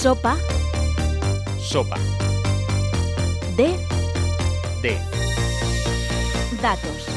Sopa. Sopa. De. Datos.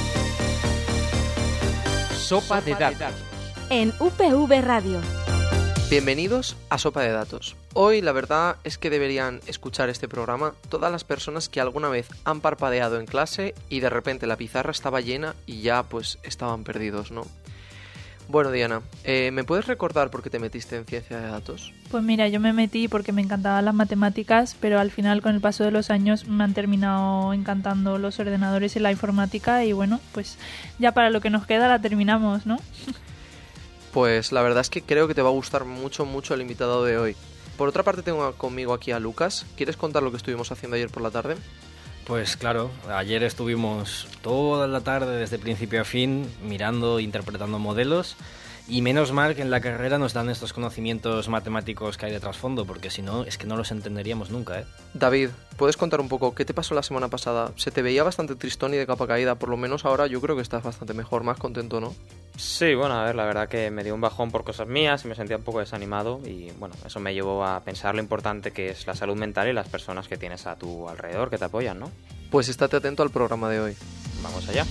Sopa de datos. En UPV Radio. Bienvenidos a Sopa de Datos. Hoy la verdad es que deberían escuchar este programa todas las personas que alguna vez han parpadeado en clase y de repente la pizarra estaba llena y ya pues estaban perdidos, ¿no? Bueno, Diana, ¿me puedes recordar por qué te metiste en ciencia de datos? Pues mira, yo me metí porque me encantaban las matemáticas, pero al final con el paso de los años me han terminado encantando los ordenadores y la informática y bueno, pues ya para lo que nos queda la terminamos, ¿no? Pues la verdad es que creo que te va a gustar mucho el invitado de hoy. Por otra parte tengo conmigo aquí a Lucas. ¿Quieres contar lo que estuvimos haciendo ayer por la tarde? Pues claro, ayer estuvimos toda la tarde desde principio a fin mirando e interpretando modelos y menos mal que en la carrera nos dan estos conocimientos matemáticos que hay de trasfondo, porque si no, es que no los entenderíamos nunca, ¿eh? David, ¿puedes contar un poco qué te pasó la semana pasada? Se te veía bastante tristón y de capa caída, por lo menos ahora yo creo que estás bastante mejor, más contento, ¿no? Sí, bueno, a ver, la verdad que me dio un bajón por cosas mías y me sentía un poco desanimado y bueno, eso me llevó a pensar lo importante que es la salud mental y las personas que tienes a tu alrededor que te apoyan, ¿no? Pues estate atento al programa de hoy. Vamos allá.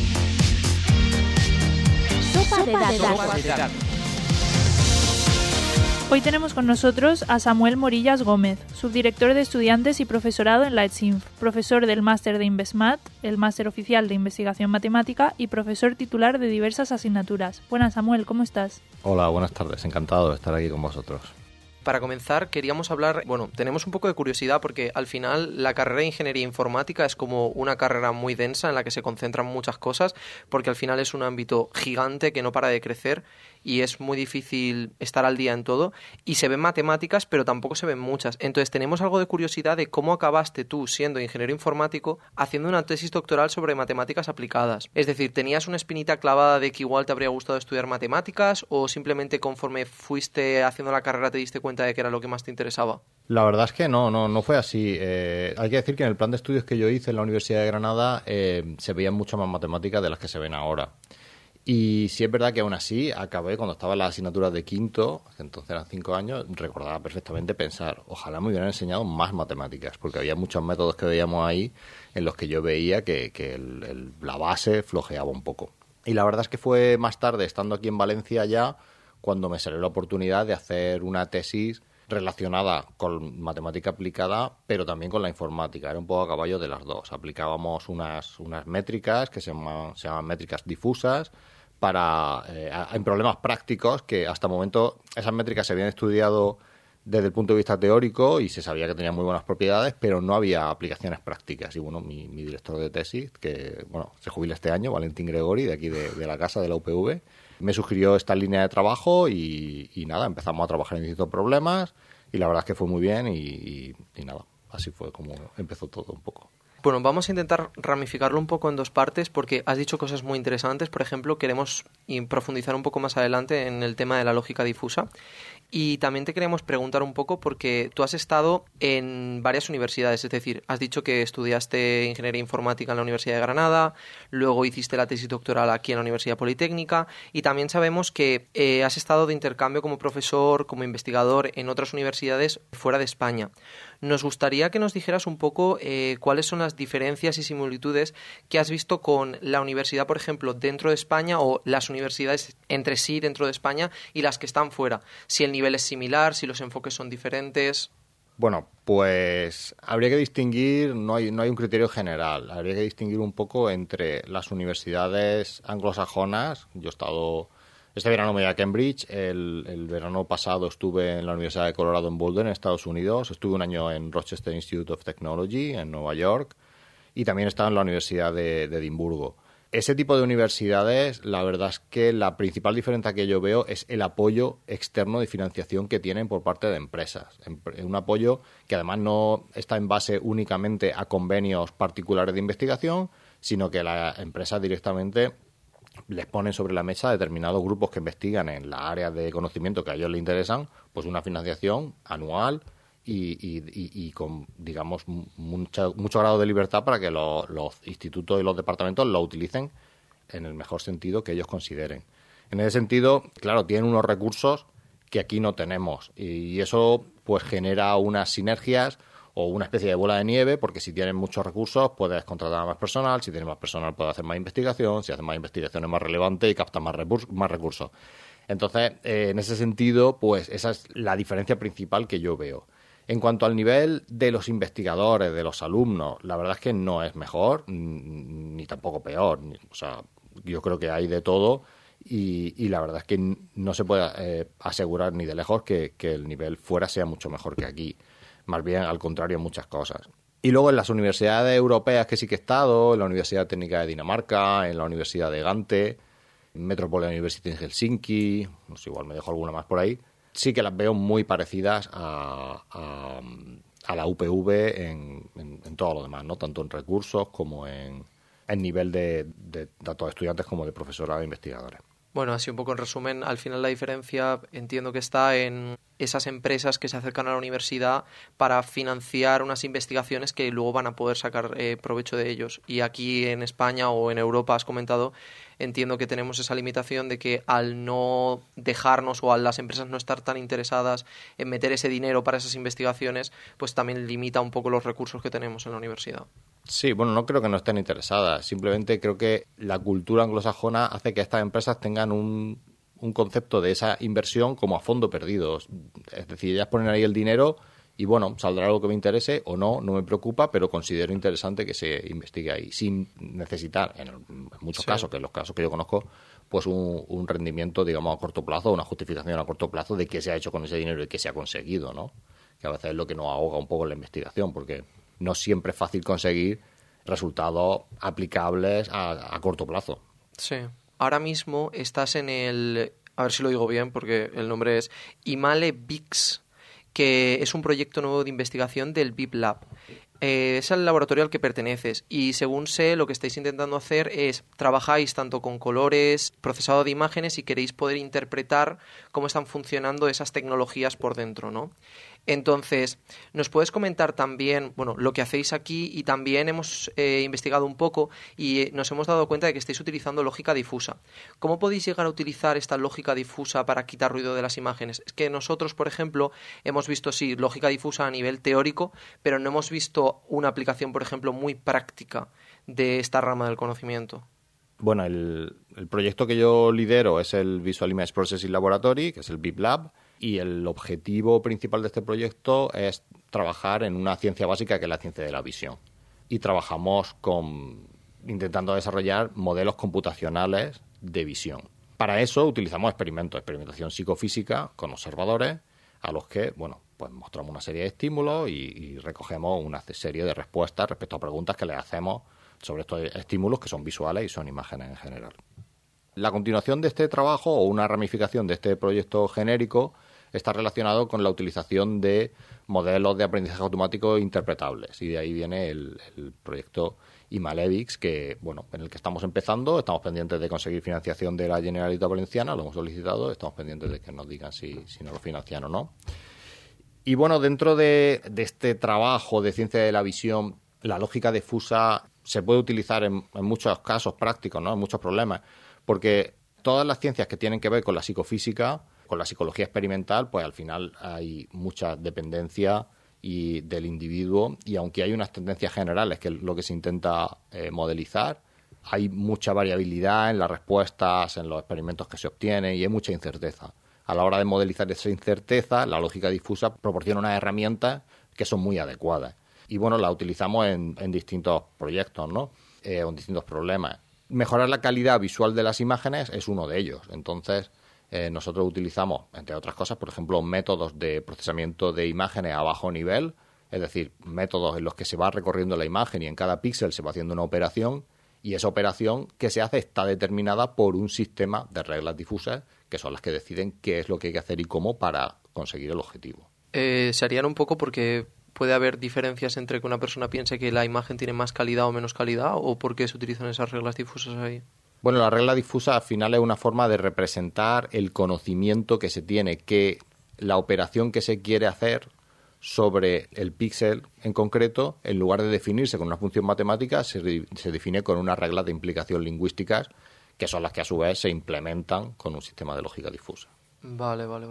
Sopa de datos. Hoy tenemos con nosotros a Samuel Morillas Gómez, subdirector de estudiantes y profesorado en la ETSINF, profesor del máster de InvestMat, el máster oficial de investigación matemática y profesor titular de diversas asignaturas. Buenas, Samuel, ¿cómo estás? Hola, buenas tardes, encantado de estar aquí con vosotros. Para comenzar, queríamos hablar, tenemos un poco de curiosidad porque al final la carrera de Ingeniería Informática es como una carrera muy densa en la que se concentran muchas cosas, porque al final es un ámbito gigante que no para de crecer y es muy difícil estar al día en todo y se ven matemáticas pero tampoco se ven muchas. Entonces tenemos algo de curiosidad de cómo acabaste tú siendo ingeniero informático haciendo una tesis doctoral sobre matemáticas aplicadas. Es decir, ¿tenías una espinita clavada de que igual te habría gustado estudiar matemáticas o simplemente conforme fuiste haciendo la carrera te diste cuenta de que era lo que más te interesaba? La verdad es que no fue así. Hay que decir que en el plan de estudios que yo hice en la Universidad de Granada se veían mucho más matemáticas de las que se ven ahora. Y sí es verdad que aún así acabé cuando estaba en las asignaturas de quinto, que entonces eran 5 años, recordaba perfectamente pensar, ojalá me hubieran enseñado más matemáticas, porque había muchos métodos que veíamos ahí en los que yo veía que la base flojeaba un poco. Y la verdad es que fue más tarde, estando aquí en Valencia ya, cuando me salió la oportunidad de hacer una tesis relacionada con matemática aplicada, pero también con la informática. Era un poco a caballo de las dos. Aplicábamos unas métricas que se llaman métricas difusas para en problemas prácticos que hasta el momento esas métricas se habían estudiado desde el punto de vista teórico y se sabía que tenían muy buenas propiedades, pero no había aplicaciones prácticas. Y bueno, mi director de tesis, que se jubila este año, Valentín Gregori, de aquí de la casa de la UPV, me sugirió esta línea de trabajo y nada, empezamos a trabajar en distintos problemas y la verdad es que fue muy bien y nada, así fue como empezó todo un poco. Bueno, vamos a intentar ramificarlo un poco en dos partes porque has dicho cosas muy interesantes. Por ejemplo, queremos profundizar un poco más adelante en el tema de la lógica difusa. Y también te queríamos preguntar un poco porque tú has estado en varias universidades, es decir, has dicho que estudiaste Ingeniería Informática en la Universidad de Granada, luego hiciste la tesis doctoral aquí en la Universidad Politécnica y también sabemos que has estado de intercambio como profesor, como investigador en otras universidades fuera de España. Nos gustaría que nos dijeras un poco cuáles son las diferencias y similitudes que has visto con la universidad, por ejemplo, dentro de España o las universidades entre sí dentro de España y las que están fuera. Si el nivel es similar, si los enfoques son diferentes. Bueno, pues habría que distinguir, no hay un criterio general, habría que distinguir un poco entre las universidades anglosajonas. Yo he estado, este verano me voy a Cambridge, el verano pasado estuve en la Universidad de Colorado en Boulder, en Estados Unidos, estuve un año en Rochester Institute of Technology, en Nueva York, y también he estado en la Universidad de Edimburgo. Ese tipo de universidades, la verdad es que la principal diferencia que yo veo es el apoyo externo de financiación que tienen por parte de empresas. Un apoyo que además no está en base únicamente a convenios particulares de investigación, sino que las empresas directamente les ponen sobre la mesa determinados grupos que investigan en las áreas de conocimiento que a ellos les interesan, pues una financiación anual y con, digamos, mucho grado de libertad para que los institutos y los departamentos lo utilicen en el mejor sentido que ellos consideren. En ese sentido, claro, tienen unos recursos que aquí no tenemos. Y eso pues genera unas sinergias o una especie de bola de nieve, porque si tienes muchos recursos puedes contratar a más personal, si tienes más personal puedes hacer más investigación, si haces más investigación es más relevante y captas más recursos. Entonces, en ese sentido, pues esa es la diferencia principal que yo veo. En cuanto al nivel de los investigadores, de los alumnos, la verdad es que no es mejor ni tampoco peor. O sea, yo creo que hay de todo y la verdad es que no se puede asegurar ni de lejos que el nivel fuera sea mucho mejor que aquí. Más bien, al contrario, muchas cosas. Y luego en las universidades europeas que sí que he estado, en la Universidad Técnica de Dinamarca, en la Universidad de Gante, en Metropolitan University en Helsinki, no sé, igual me dejo alguna más por ahí, sí que las veo muy parecidas a la UPV en todo lo demás, ¿no? Tanto en recursos como en nivel de tanto de estudiantes como de profesorado e investigadores. Bueno, así un poco en resumen, al final la diferencia entiendo que está en esas empresas que se acercan a la universidad para financiar unas investigaciones que luego van a poder sacar provecho de ellos. Y aquí en España o en Europa, has comentado, entiendo que tenemos esa limitación de que al no dejarnos o a las empresas no estar tan interesadas en meter ese dinero para esas investigaciones, pues también limita un poco los recursos que tenemos en la universidad. Sí, bueno, no creo que no estén interesadas. Simplemente creo que la cultura anglosajona hace que estas empresas tengan un concepto de esa inversión como a fondo perdido. Es decir, ellas ponen ahí el dinero y, bueno, saldrá algo que me interese o no, no me preocupa, pero considero interesante que se investigue ahí, sin necesitar, en muchos casos, que en los casos que yo conozco, pues un rendimiento, digamos, a corto plazo, una justificación a corto plazo de qué se ha hecho con ese dinero y qué se ha conseguido, ¿no? Que a veces es lo que nos ahoga un poco en la investigación, porque no siempre es fácil conseguir resultados aplicables a corto plazo. Sí. Ahora mismo estás en el... A ver si lo digo bien, porque el nombre es IMALE-BIX, que es un proyecto nuevo de investigación del BIP Lab. Es el laboratorio al que perteneces y según sé lo que estáis intentando hacer es trabajáis tanto con colores, procesado de imágenes y queréis poder interpretar cómo están funcionando esas tecnologías por dentro, ¿no? Entonces, ¿nos puedes comentar también, bueno, lo que hacéis aquí? Y también hemos investigado un poco y nos hemos dado cuenta de que estáis utilizando lógica difusa. ¿Cómo podéis llegar a utilizar esta lógica difusa para quitar ruido de las imágenes? Es que nosotros, por ejemplo, hemos visto, sí, lógica difusa a nivel teórico, pero no hemos visto una aplicación, por ejemplo, muy práctica de esta rama del conocimiento. Bueno, el proyecto que yo lidero es el Visual Image Processing Laboratory, que es el BIP Lab, y el objetivo principal de este proyecto es trabajar en una ciencia básica que es la ciencia de la visión. Y trabajamos intentando desarrollar modelos computacionales de visión. Para eso utilizamos experimentación psicofísica con observadores a los que, bueno, pues mostramos una serie de estímulos y recogemos una serie de respuestas respecto a preguntas que les hacemos sobre estos estímulos que son visuales y son imágenes en general. La continuación de este trabajo o una ramificación de este proyecto genérico está relacionado con la utilización de modelos de aprendizaje automático interpretables y de ahí viene el proyecto IMALE-BIX en el que estamos empezando. Estamos pendientes de conseguir financiación de la Generalitat Valenciana, lo hemos solicitado, estamos pendientes de que nos digan si nos lo financian o no. Y bueno, dentro de este trabajo de ciencia de la visión, la lógica difusa se puede utilizar en muchos casos prácticos, ¿no? En muchos problemas, porque todas las ciencias que tienen que ver con la psicofísica, con la psicología experimental, pues al final hay mucha dependencia del individuo y aunque hay unas tendencias generales, que es lo que se intenta modelizar, hay mucha variabilidad en las respuestas, en los experimentos que se obtienen y hay mucha incerteza. A la hora de modelizar esa incerteza, la lógica difusa proporciona unas herramientas que son muy adecuadas. Y bueno, la utilizamos en distintos proyectos, ¿no? En distintos problemas. Mejorar la calidad visual de las imágenes es uno de ellos. Entonces, nosotros utilizamos, entre otras cosas, por ejemplo, métodos de procesamiento de imágenes a bajo nivel, es decir, métodos en los que se va recorriendo la imagen y en cada píxel se va haciendo una operación y esa operación que se hace está determinada por un sistema de reglas difusas que son las que deciden qué es lo que hay que hacer y cómo para conseguir el objetivo. Se harían un poco porque puede haber diferencias entre que una persona piense que la imagen tiene más calidad o menos calidad o por qué se utilizan esas reglas difusas ahí. Bueno, la regla difusa al final es una forma de representar el conocimiento que se tiene, que la operación que se quiere hacer sobre el píxel en concreto, en lugar de definirse con una función matemática, se define con unas reglas de implicación lingüísticas que son las que a su vez se implementan con un sistema de lógica difusa. Vale.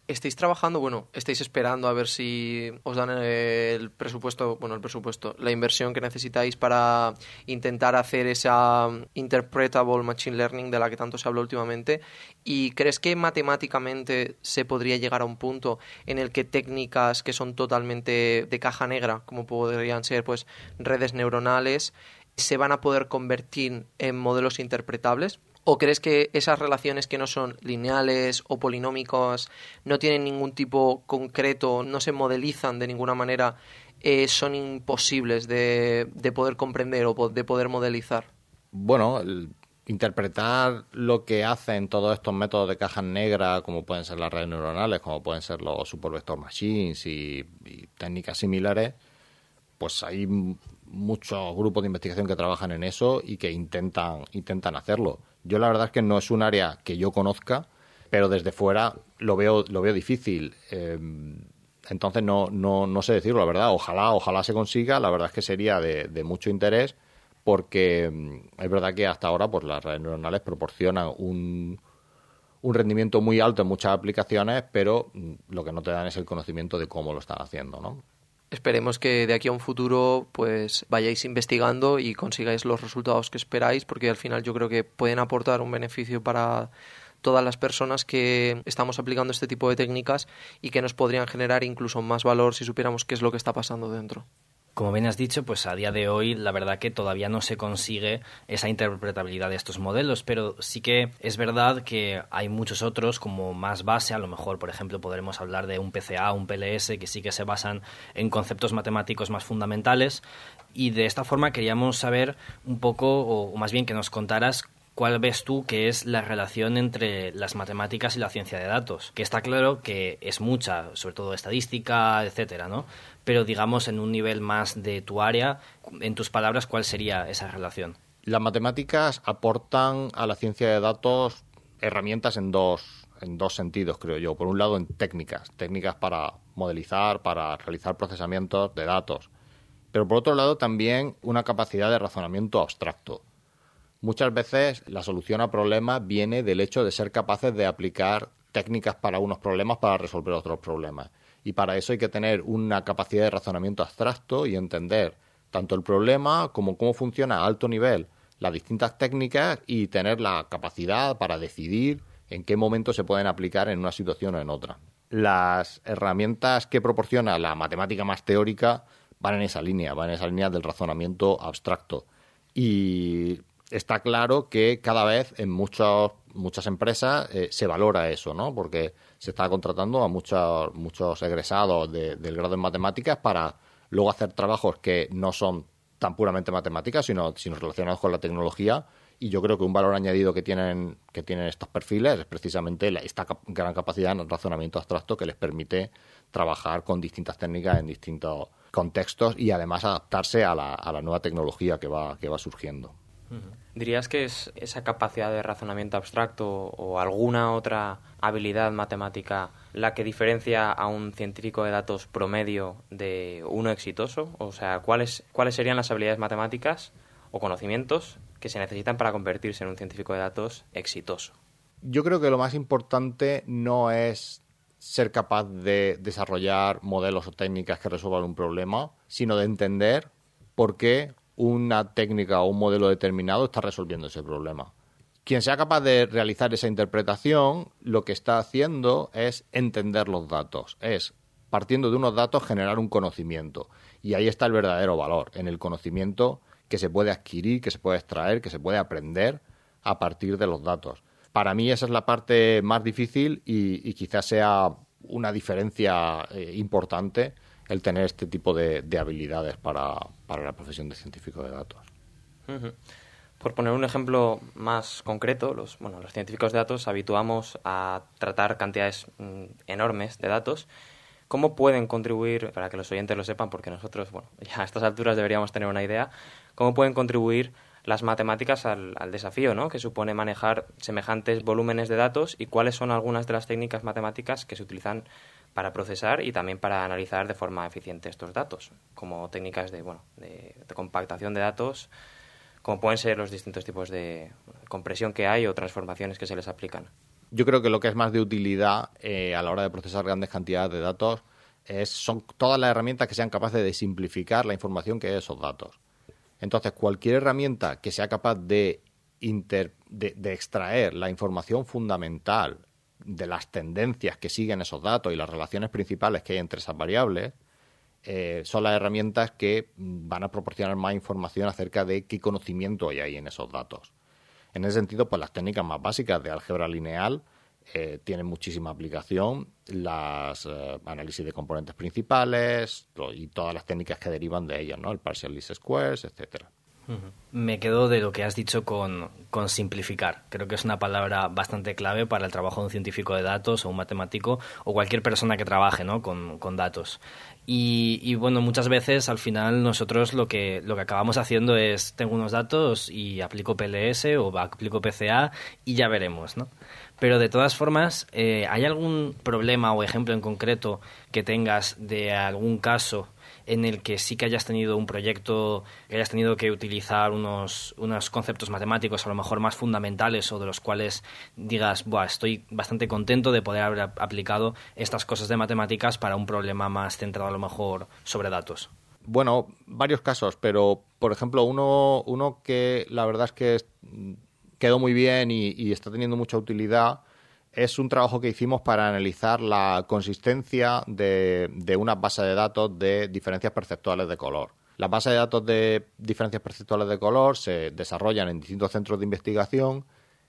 Estáis trabajando, estáis esperando a ver si os dan el presupuesto, la inversión que necesitáis para intentar hacer esa interpretable machine learning de la que tanto se habla últimamente. ¿Y crees que matemáticamente se podría llegar a un punto en el que técnicas que son totalmente de caja negra, como podrían ser pues redes neuronales, se van a poder convertir en modelos interpretables? ¿O crees que esas relaciones que no son lineales o polinómicas, no tienen ningún tipo concreto, no se modelizan de ninguna manera, son imposibles de poder comprender o de poder modelizar? Bueno, interpretar lo que hacen todos estos métodos de cajas negras, como pueden ser las redes neuronales, como pueden ser los supervector machines y técnicas similares, pues hay muchos grupos de investigación que trabajan en eso y que intentan hacerlo. Yo la verdad es que no es un área que yo conozca, pero desde fuera lo veo difícil. Entonces no sé decirlo, la verdad. Ojalá se consiga. La verdad es que sería de mucho interés, porque es verdad que hasta ahora pues las redes neuronales proporcionan un rendimiento muy alto en muchas aplicaciones, pero lo que no te dan es el conocimiento de cómo lo están haciendo, ¿no? Esperemos que de aquí a un futuro pues vayáis investigando y consigáis los resultados que esperáis, porque al final yo creo que pueden aportar un beneficio para todas las personas que estamos aplicando este tipo de técnicas y que nos podrían generar incluso más valor si supiéramos qué es lo que está pasando dentro. Como bien has dicho, pues a día de hoy la verdad que todavía no se consigue esa interpretabilidad de estos modelos, pero sí que es verdad que hay muchos otros como más base, a lo mejor, por ejemplo, podremos hablar de un PCA, un PLS, que sí que se basan en conceptos matemáticos más fundamentales, y de esta forma queríamos saber un poco, o más bien que nos contaras ¿cuál ves tú que es la relación entre las matemáticas y la ciencia de datos? Que está claro que es mucha, sobre todo estadística, etcétera, ¿no? Pero digamos en un nivel más de tu área, en tus palabras, ¿cuál sería esa relación? Las matemáticas aportan a la ciencia de datos herramientas en dos sentidos, creo yo. Por un lado, en técnicas para modelizar, para realizar procesamientos de datos. Pero por otro lado, también una capacidad de razonamiento abstracto. Muchas veces la solución a problemas viene del hecho de ser capaces de aplicar técnicas para unos problemas para resolver otros problemas. Y para eso hay que tener una capacidad de razonamiento abstracto y entender tanto el problema como cómo funciona a alto nivel las distintas técnicas y tener la capacidad para decidir en qué momento se pueden aplicar en una situación o en otra. Las herramientas que proporciona la matemática más teórica van en esa línea del razonamiento abstracto. Y está claro que cada vez en muchas empresas se valora eso, ¿no? Porque se está contratando a muchos egresados del grado en matemáticas para luego hacer trabajos que no son tan puramente matemáticas, sino relacionados con la tecnología. Y yo creo que un valor añadido que tienen estos perfiles es precisamente esta gran capacidad en razonamiento abstracto que les permite trabajar con distintas técnicas en distintos contextos y además adaptarse a la nueva tecnología que va surgiendo. ¿Dirías que es esa capacidad de razonamiento abstracto o alguna otra habilidad matemática la que diferencia a un científico de datos promedio de uno exitoso? O sea, ¿cuáles serían las habilidades matemáticas o conocimientos que se necesitan para convertirse en un científico de datos exitoso? Yo creo que lo más importante no es ser capaz de desarrollar modelos o técnicas que resuelvan un problema, sino de entender por qué una técnica o un modelo determinado está resolviendo ese problema. Quien sea capaz de realizar esa interpretación, lo que está haciendo es entender los datos, es, partiendo de unos datos, generar un conocimiento. Y ahí está el verdadero valor, en el conocimiento que se puede adquirir, que se puede extraer, que se puede aprender a partir de los datos. Para mí esa es la parte más difícil y quizás sea una diferencia importante el tener este tipo de habilidades para la profesión de científico de datos. Uh-huh. Por poner un ejemplo más concreto, los científicos de datos habituamos a tratar cantidades enormes de datos. ¿Cómo pueden contribuir, para que los oyentes lo sepan, porque nosotros, ya a estas alturas deberíamos tener una idea, cómo pueden contribuir las matemáticas al desafío, ¿no?, que supone manejar semejantes volúmenes de datos y cuáles son algunas de las técnicas matemáticas que se utilizan para procesar y también para analizar de forma eficiente estos datos, como técnicas de compactación de datos, como pueden ser los distintos tipos de compresión que hay o transformaciones que se les aplican? Yo creo que lo que es más de utilidad a la hora de procesar grandes cantidades de datos son todas las herramientas que sean capaces de simplificar la información que es esos datos. Entonces, cualquier herramienta que sea capaz de extraer la información fundamental de las tendencias que siguen esos datos y las relaciones principales que hay entre esas variables, son las herramientas que van a proporcionar más información acerca de qué conocimiento hay ahí en esos datos. En ese sentido, pues las técnicas más básicas de álgebra lineal tienen muchísima aplicación, las análisis de componentes principales y todas las técnicas que derivan de ellas, ¿no? El partial least squares, etcétera. Me quedo de lo que has dicho con simplificar. Creo que es una palabra bastante clave para el trabajo de un científico de datos o un matemático o cualquier persona que trabaje, ¿no? con datos. Y bueno, muchas veces al final nosotros lo que acabamos haciendo es tengo unos datos y aplico PLS o aplico PCA y ya veremos, ¿no? Pero de todas formas, ¿hay algún problema o ejemplo en concreto que tengas de algún caso en el que sí que hayas tenido un proyecto, que hayas tenido que utilizar unos conceptos matemáticos a lo mejor más fundamentales o de los cuales digas, estoy bastante contento de poder haber aplicado estas cosas de matemáticas para un problema más centrado a lo mejor sobre datos? Bueno, varios casos, pero por ejemplo uno que la verdad es que quedó muy bien y está teniendo mucha utilidad es un trabajo que hicimos para analizar la consistencia de una base de datos de diferencias perceptuales de color. Las bases de datos de diferencias perceptuales de color se desarrollan en distintos centros de investigación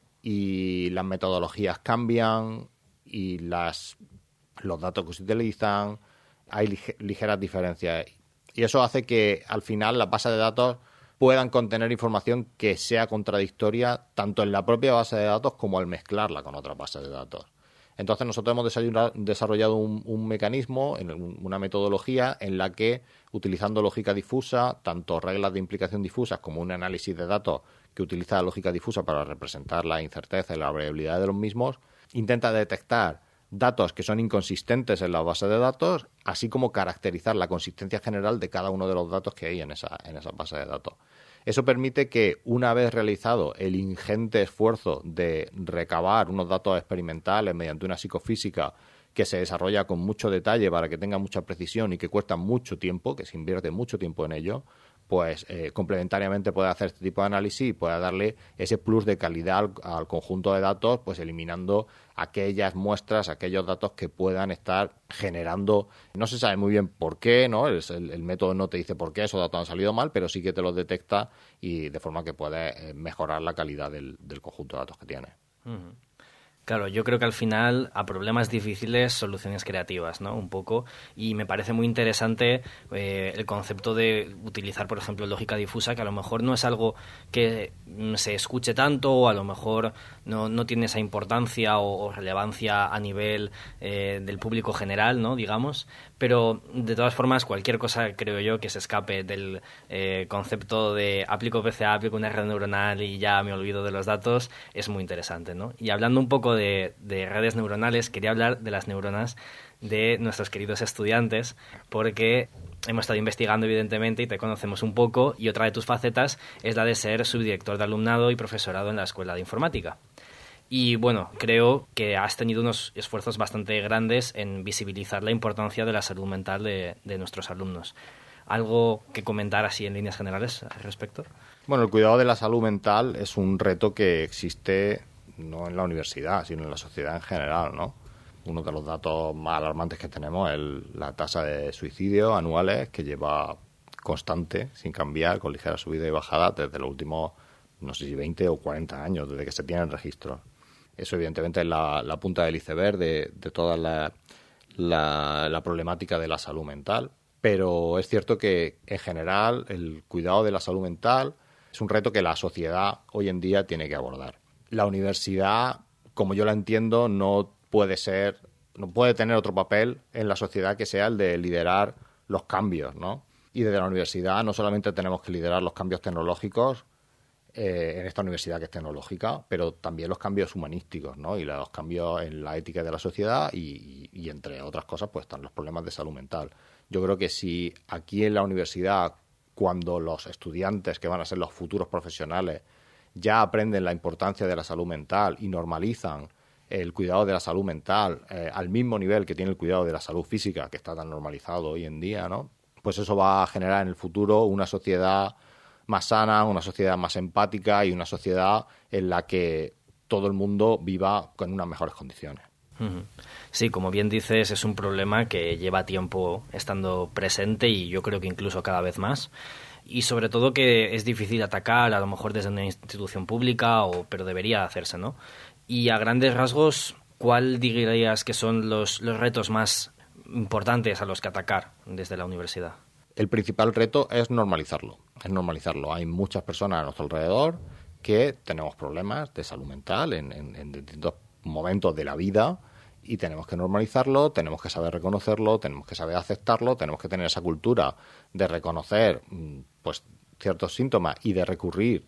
y las metodologías cambian y los datos que se utilizan, hay ligeras diferencias. Y eso hace que al final las bases de datos puedan contener información que sea contradictoria tanto en la propia base de datos como al mezclarla con otras bases de datos. Entonces nosotros hemos desarrollado un mecanismo, una metodología en la que, utilizando lógica difusa, tanto reglas de implicación difusas como un análisis de datos que utiliza la lógica difusa para representar la incerteza y la variabilidad de los mismos, intenta detectar datos que son inconsistentes en la base de datos, así como caracterizar la consistencia general de cada uno de los datos que hay en esa base de datos. Eso permite que, una vez realizado el ingente esfuerzo de recabar unos datos experimentales mediante una psicofísica que se desarrolla con mucho detalle para que tenga mucha precisión y que cuesta mucho tiempo, que se invierte mucho tiempo en ello, pues complementariamente puede hacer este tipo de análisis y puede darle ese plus de calidad al conjunto de datos, pues eliminando aquellas muestras, aquellos datos que puedan estar generando, no se sabe muy bien por qué, ¿no? El método no te dice por qué esos datos han salido mal, pero sí que te los detecta y de forma que puede mejorar la calidad del conjunto de datos que tiene. Uh-huh. Claro, yo creo que al final a problemas difíciles soluciones creativas, ¿no? Un poco, y me parece muy interesante el concepto de utilizar, por ejemplo, lógica difusa, que a lo mejor no es algo que se escuche tanto o a lo mejor no tiene esa importancia o relevancia a nivel del público general, ¿no? Digamos, pero de todas formas cualquier cosa, creo yo, que se escape del concepto de aplico PCA, aplico una red neuronal y ya me olvido de los datos, es muy interesante, ¿no? Y hablando un poco de redes neuronales, quería hablar de las neuronas de nuestros queridos estudiantes, porque hemos estado investigando evidentemente y te conocemos un poco, y otra de tus facetas es la de ser subdirector de alumnado y profesorado en la Escuela de Informática. Y bueno, creo que has tenido unos esfuerzos bastante grandes en visibilizar la importancia de la salud mental de nuestros alumnos. ¿Algo que comentar así en líneas generales al respecto? Bueno, el cuidado de la salud mental es un reto que existe no en la universidad, sino en la sociedad en general, ¿no? Uno de los datos más alarmantes que tenemos es la tasa de suicidios anuales, que lleva constante, sin cambiar, con ligera subida y bajada desde los últimos, no sé si 20 o 40 años, desde que se tienen registros. Eso evidentemente es la punta del iceberg de toda la problemática de la salud mental, pero es cierto que en general el cuidado de la salud mental es un reto que la sociedad hoy en día tiene que abordar. La universidad, como yo la entiendo, no puede tener otro papel en la sociedad que sea el de liderar los cambios, ¿no? Y desde la universidad no solamente tenemos que liderar los cambios tecnológicos en esta universidad que es tecnológica, pero también los cambios humanísticos, ¿no? Y los cambios en la ética de la sociedad y entre otras cosas, pues están los problemas de salud mental. Yo creo que si aquí en la universidad, cuando los estudiantes que van a ser los futuros profesionales ya aprenden la importancia de la salud mental y normalizan el cuidado de la salud mental al mismo nivel que tiene el cuidado de la salud física, que está tan normalizado hoy en día, ¿no? Pues eso va a generar en el futuro una sociedad más sana, una sociedad más empática y una sociedad en la que todo el mundo viva con unas mejores condiciones. Sí, como bien dices, es un problema que lleva tiempo estando presente y yo creo que incluso cada vez más. Y sobre todo que es difícil atacar, a lo mejor desde una institución pública, pero debería hacerse, ¿no? Y a grandes rasgos, ¿cuál dirías que son los retos más importantes a los que atacar desde la universidad? El principal reto es normalizarlo. Hay muchas personas a nuestro alrededor que tenemos problemas de salud mental en distintos momentos de la vida y tenemos que normalizarlo, tenemos que saber reconocerlo, tenemos que saber aceptarlo, tenemos que tener esa cultura de reconocer pues ciertos síntomas y de recurrir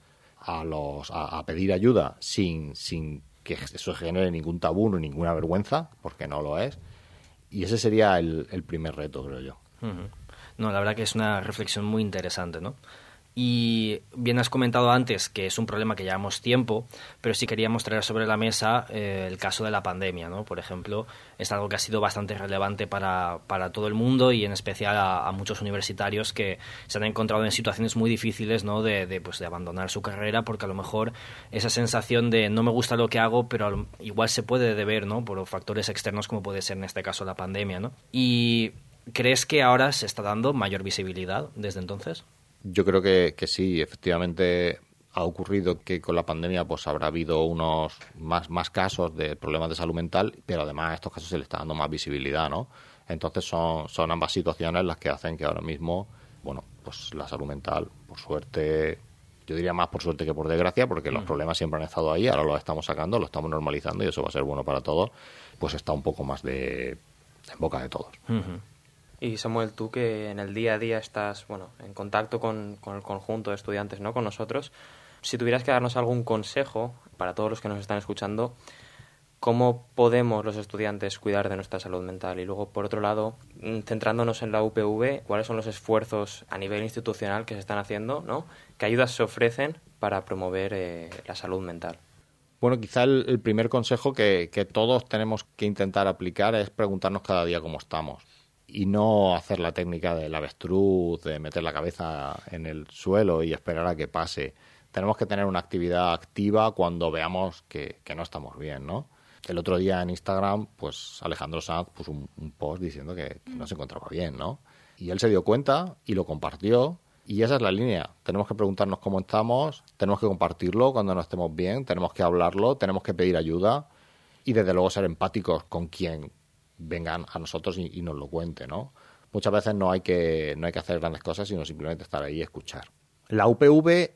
a pedir ayuda sin que eso genere ningún tabú ni ninguna vergüenza, porque no lo es. Y ese sería el primer reto, creo yo. No, la verdad que es una reflexión muy interesante, ¿no? Y bien has comentado antes que es un problema que llevamos tiempo, pero sí queríamos traer sobre la mesa el caso de la pandemia, ¿no? Por ejemplo, es algo que ha sido bastante relevante para todo el mundo y en especial a muchos universitarios que se han encontrado en situaciones muy difíciles, ¿no? de abandonar su carrera porque a lo mejor esa sensación de no me gusta lo que hago, pero igual se puede deber, ¿no? Por factores externos como puede ser en este caso la pandemia, ¿no? ¿Y crees que ahora se está dando mayor visibilidad desde entonces? Yo creo que sí, efectivamente ha ocurrido que con la pandemia pues habrá habido unos más casos de problemas de salud mental, pero además a estos casos se le está dando más visibilidad, ¿no? Entonces son ambas situaciones las que hacen que ahora mismo, bueno, pues la salud mental, por suerte, yo diría más por suerte que por desgracia, porque los problemas siempre han estado ahí, ahora los estamos sacando, los estamos normalizando y eso va a ser bueno para todos, pues está un poco más en boca de todos. Y Samuel, tú que en el día a día estás en contacto con el conjunto de estudiantes, ¿no? Con nosotros, si tuvieras que darnos algún consejo para todos los que nos están escuchando, ¿cómo podemos los estudiantes cuidar de nuestra salud mental? Y luego, por otro lado, centrándonos en la UPV, ¿cuáles son los esfuerzos a nivel institucional que se están haciendo, ¿no? ¿Qué ayudas se ofrecen para promover la salud mental? Bueno, quizá el primer consejo que todos tenemos que intentar aplicar es preguntarnos cada día cómo estamos. Y no hacer la técnica del avestruz, de meter la cabeza en el suelo y esperar a que pase. Tenemos que tener una actividad activa cuando veamos que no estamos bien, ¿no? El otro día en Instagram, pues Alejandro Sanz puso un post diciendo que no se encontraba bien, ¿no? Y él se dio cuenta y lo compartió. Y esa es la línea. Tenemos que preguntarnos cómo estamos, tenemos que compartirlo cuando no estemos bien, tenemos que hablarlo, tenemos que pedir ayuda y desde luego ser empáticos con quien vengan a nosotros y nos lo cuente, ¿no? Muchas veces no hay que hacer grandes cosas, sino simplemente estar ahí y escuchar. La UPV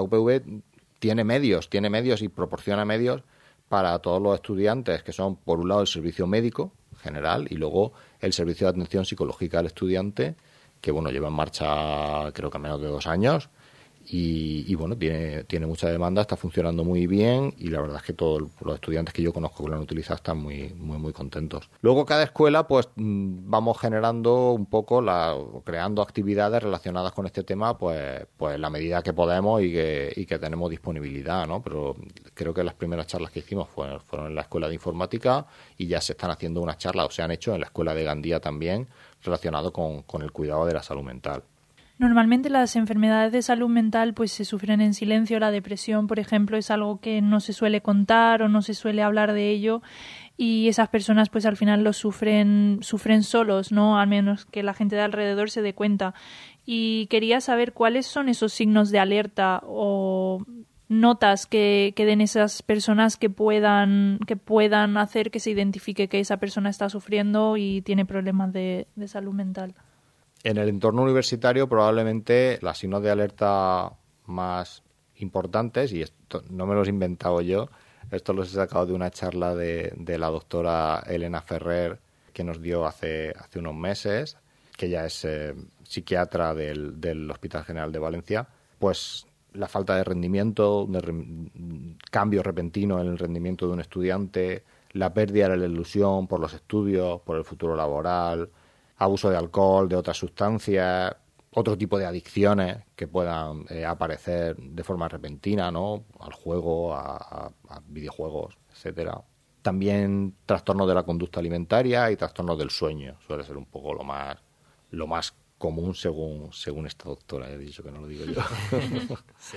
tiene medios y proporciona medios para todos los estudiantes, que son, por un lado, el servicio médico general y luego el servicio de atención psicológica al estudiante, que, lleva en marcha creo que menos de 2 años y tiene mucha demanda, está funcionando muy bien y la verdad es que todos los estudiantes que yo conozco que lo han utilizado están muy, muy, muy contentos. Luego cada escuela pues vamos generando un poco, creando actividades relacionadas con este tema pues en la medida que podemos y que tenemos disponibilidad, ¿no? Pero creo que las primeras charlas que hicimos fueron en la escuela de informática y ya se están haciendo unas charlas, o se han hecho en la escuela de Gandía también, relacionado con el cuidado de la salud mental. Normalmente las enfermedades de salud mental pues se sufren en silencio. La depresión, por ejemplo, es algo que no se suele contar o no se suele hablar de ello y esas personas pues al final lo sufren solos, ¿no? Al menos que la gente de alrededor se dé cuenta. Y quería saber cuáles son esos signos de alerta o notas que den esas personas que puedan hacer que se identifique que esa persona está sufriendo y tiene problemas de salud mental. En el entorno universitario probablemente los signos de alerta más importantes, y esto no me los he inventado yo, esto los he sacado de una charla de la doctora Elena Ferrer que nos dio hace unos meses, que ella es psiquiatra del Hospital General de Valencia, pues la falta de rendimiento, cambio repentino en el rendimiento de un estudiante, la pérdida de la ilusión por los estudios, por el futuro laboral, abuso de alcohol, de otras sustancias, otro tipo de adicciones que puedan aparecer de forma repentina, ¿no? Al juego, a videojuegos, etcétera. También trastornos de la conducta alimentaria y trastornos del sueño. Suele ser un poco lo más común según esta doctora. He dicho que no lo digo yo. Sí.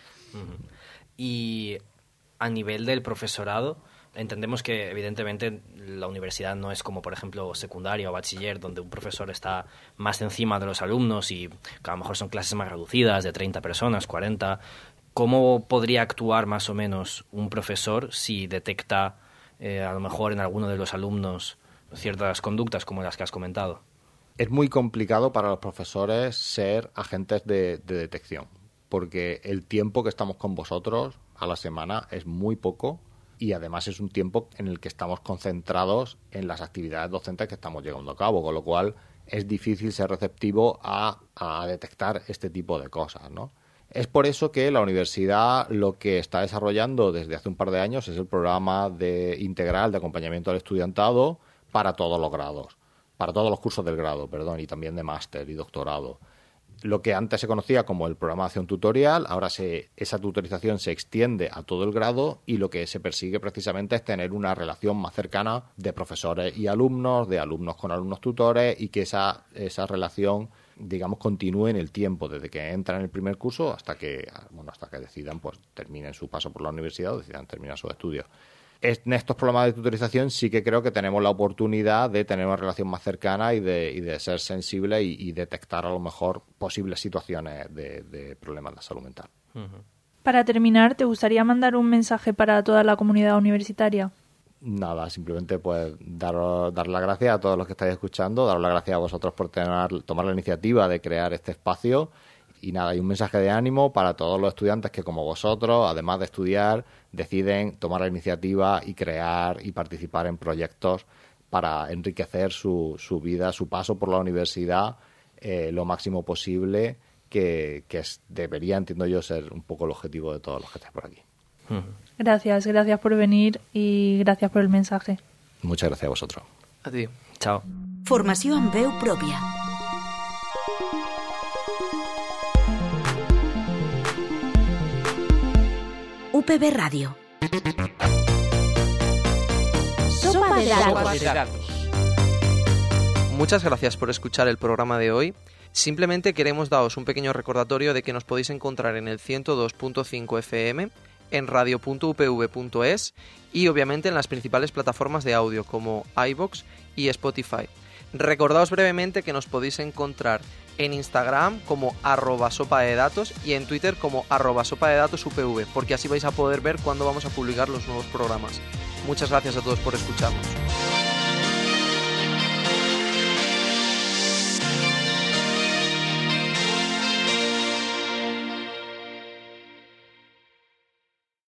Y a nivel del profesorado, entendemos que evidentemente la universidad no es como, por ejemplo, secundaria o bachiller, donde un profesor está más encima de los alumnos y que a lo mejor son clases más reducidas, de 30 personas, 40. ¿Cómo podría actuar más o menos un profesor si detecta a lo mejor en alguno de los alumnos ciertas conductas como las que has comentado? Es muy complicado para los profesores ser agentes de detección, porque el tiempo que estamos con vosotros a la semana es muy poco y además es un tiempo en el que estamos concentrados en las actividades docentes que estamos llevando a cabo, con lo cual es difícil ser receptivo a detectar este tipo de cosas, ¿no? Es por eso que la universidad lo que está desarrollando desde hace un par de años es el programa integral de acompañamiento al estudiantado para todos los grados, para todos los cursos del grado, perdón, y también de máster y doctorado. Lo que antes se conocía como el programa de acción tutorial, ahora esa tutorización se extiende a todo el grado y lo que se persigue precisamente es tener una relación más cercana de profesores y alumnos, de alumnos con alumnos tutores y que esa relación, digamos, continúe en el tiempo, desde que entran en el primer curso hasta que decidan, pues terminen su paso por la universidad o decidan terminar sus estudios. En estos programas de tutorización sí que creo que tenemos la oportunidad de tener una relación más cercana y de ser sensible y detectar a lo mejor posibles situaciones de problemas de salud mental. Para terminar, ¿te gustaría mandar un mensaje para toda la comunidad universitaria? Nada, simplemente pues dar las gracias a todos los que estáis escuchando, dar las gracias a vosotros por tomar la iniciativa de crear este espacio. Y nada, hay un mensaje de ánimo para todos los estudiantes que, como vosotros, además de estudiar, deciden tomar la iniciativa y crear y participar en proyectos para enriquecer su vida, su paso por la universidad lo máximo posible, que debería, entiendo yo, ser un poco el objetivo de todos los que estáis por aquí. Gracias por venir y gracias por el mensaje. Muchas gracias a vosotros. A ti. Chao. Formació amb veu pròpia. UPV Radio. Sopa de Sopa de datos. datos. Muchas gracias por escuchar el programa de hoy. Simplemente queremos daros un pequeño recordatorio de que nos podéis encontrar en el 102.5 FM, en radio.upv.es y obviamente en las principales plataformas de audio como iVoox y Spotify. Recordaos brevemente que nos podéis encontrar en Instagram como @sopadedatos y en Twitter como @sopadedatosupv, porque así vais a poder ver cuándo vamos a publicar los nuevos programas. Muchas gracias a todos por escucharnos.